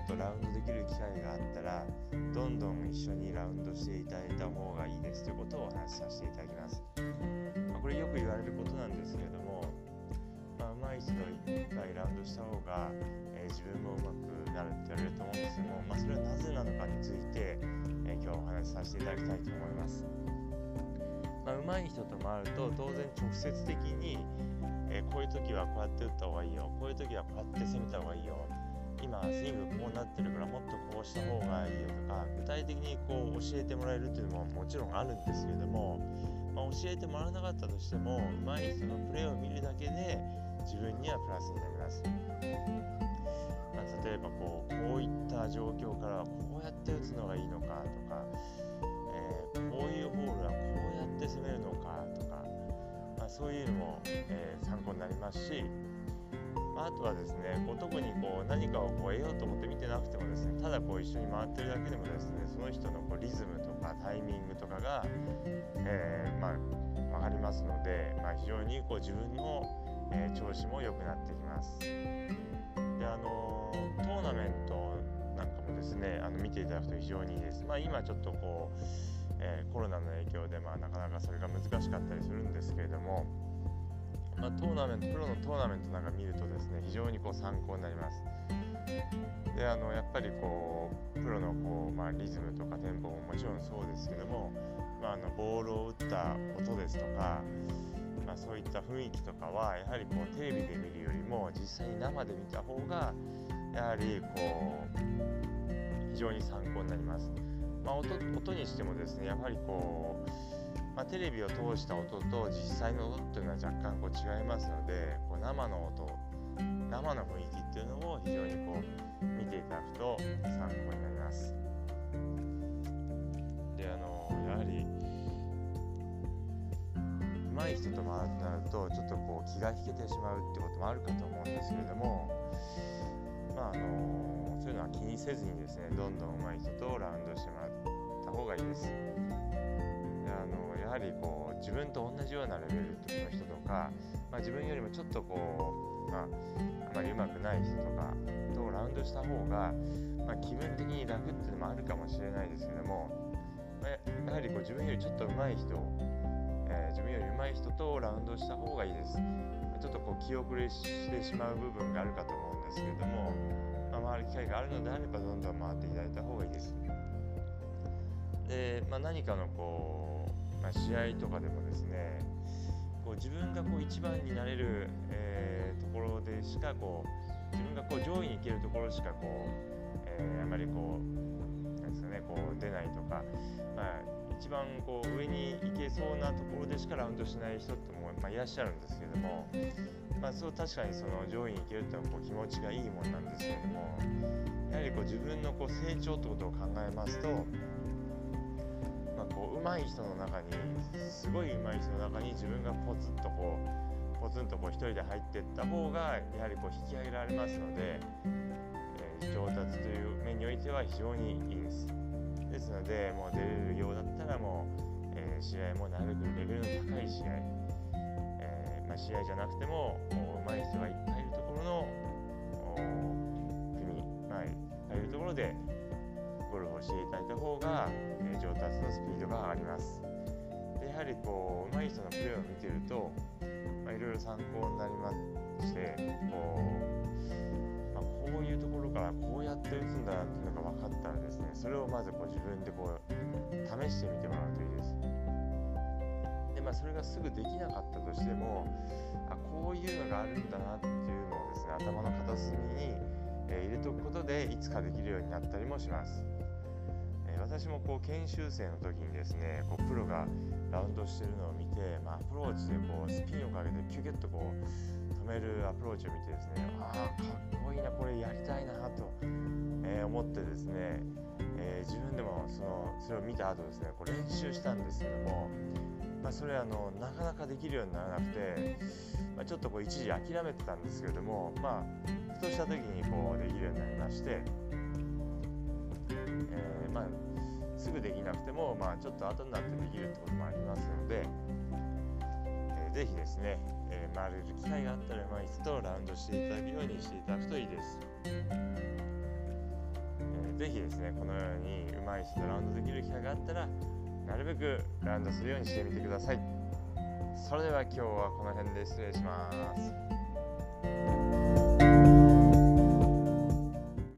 とラウンドできる機会があったらどんどん一緒にラウンドしていただいた方がいいですということをお話しさせていただきます。これよく言われることなんですけれども、上手い人といっぱいラウンドした方が、自分も上手くなるって言われると思うんですけども、それはなぜなのかについて、今日お話しさせていただきたいと思います。上手い人と回ると当然直接的に、こういう時はこうやって打った方がいいよ、こういう時はこうやって攻めた方がいいよ、今スイングこうなってるからもっとこうした方がいいよとか、具体的にこう教えてもらえるというのももちろんあるんですけれども、教えてもらわなかったとしても上手い人のプレーを見るだけで自分にはプラスになります。例えばこういった状況からこうやって打つのがいいのかとか、こういうホールはこうやって攻めるのかとか、そういうのも、参考になりますし、あとはですね、特に何かを得ようと思って見てなくてもですね、ただ一緒に回ってるだけでもですね、その人のリズムとかタイミングとかが、分かりますので、非常に自分の、調子も良くなってきます。で、トーナメントなんかもですね、見ていただくと非常にいいです。今ちょっとコロナの影響でなかなかそれが難しかったりするんですけれども、プロのトーナメントなんか見るとですね、非常に参考になります。で、やっぱりプロのリズムとかテンポももちろんそうですけども、ボールを打った音ですとか、そういった雰囲気とかはやはりテレビで見るよりも実際に生で見た方がやはり非常に参考になります。音にしてもですね、やはりテレビを通した音と実際の音っていうのは若干違いますので、生の音、生の雰囲気っていうのを非常に見ていただくと参考になります。で、やはり上手い人と回るとなるとちょっと気が引けてしまうってこともあるかと思うんですけれども、そういうのは気にせずにですね、どんどん上手い人とラウンドしてもらった方がいいです。で、やはり自分と同じようなレベルの人とか、自分よりもちょっとあまり上手くない人とかとラウンドした方が、気分的に楽っていうのもあるかもしれないですけども、やはり自分よりちょっと上手い人、自分より上手い人とラウンドした方がいいです。ちょっと気遅れしてしまう部分があるかと思うんですけれども、回る機会があるのであればどんどん回っていただいた方がいいです。で、何かの試合とかでもですね、自分が一番になれる、ところでしか自分が上位に行けるところしかあまりなんですかね、出ないとか、一番上に行けそうなところでしかラウンドしない人っても、いらっしゃるんですけれども、そう確かにその上位に行けるっていうのは気持ちがいいもんなんですけれども、やはり自分の成長ってことを考えますと、上手い人の中に、すごい上手い人の中に自分がポツンと一人で入っていった方がやはり引き上げられますので、上達という面においては非常にいいです。ですので、もう出れるようだったらもう、試合もなるべくレベルの高い試合、試合じゃなくても上手い人がいっぱいいるところの国、いっぱいいるところでゴルフをしていただいた方が、上達のスピードが上がります。で、やはり上手い人のプレーを見ていると、いろいろ参考になりまして、こういうところからこうやって打つんだなっていうのが分かったらですね、それをまず自分で試してみてもらうといいです。で、それがすぐできなかったとしても、こういうのがあるんだなっていうのをですね、頭の片隅に、入れておくことでいつかできるようになったりもします。私も研修生の時にですね、プロがラウンドしてるのを見て、アプローチでスピンをかけてキュキュッと止めるアプローチを見てですね、かっこいいな、これやりたいなと、思ってですね、自分でもそれを見た後ですね、練習したんですけども、それなかなかできるようにならなくて、ちょっと一時諦めてたんですけれども、ふとした時にできるようになりまして、すぐできなくても、ちょっと後になってできるってこともありますので、ぜひですね、回れる機会があったら上手い人とラウンドしていただくようにしていただくといいです。 ぜひですね、このように上手い人とラウンドできる機会があったら、なるべくラウンドするようにしてみてください。それでは今日はこの辺で失礼します。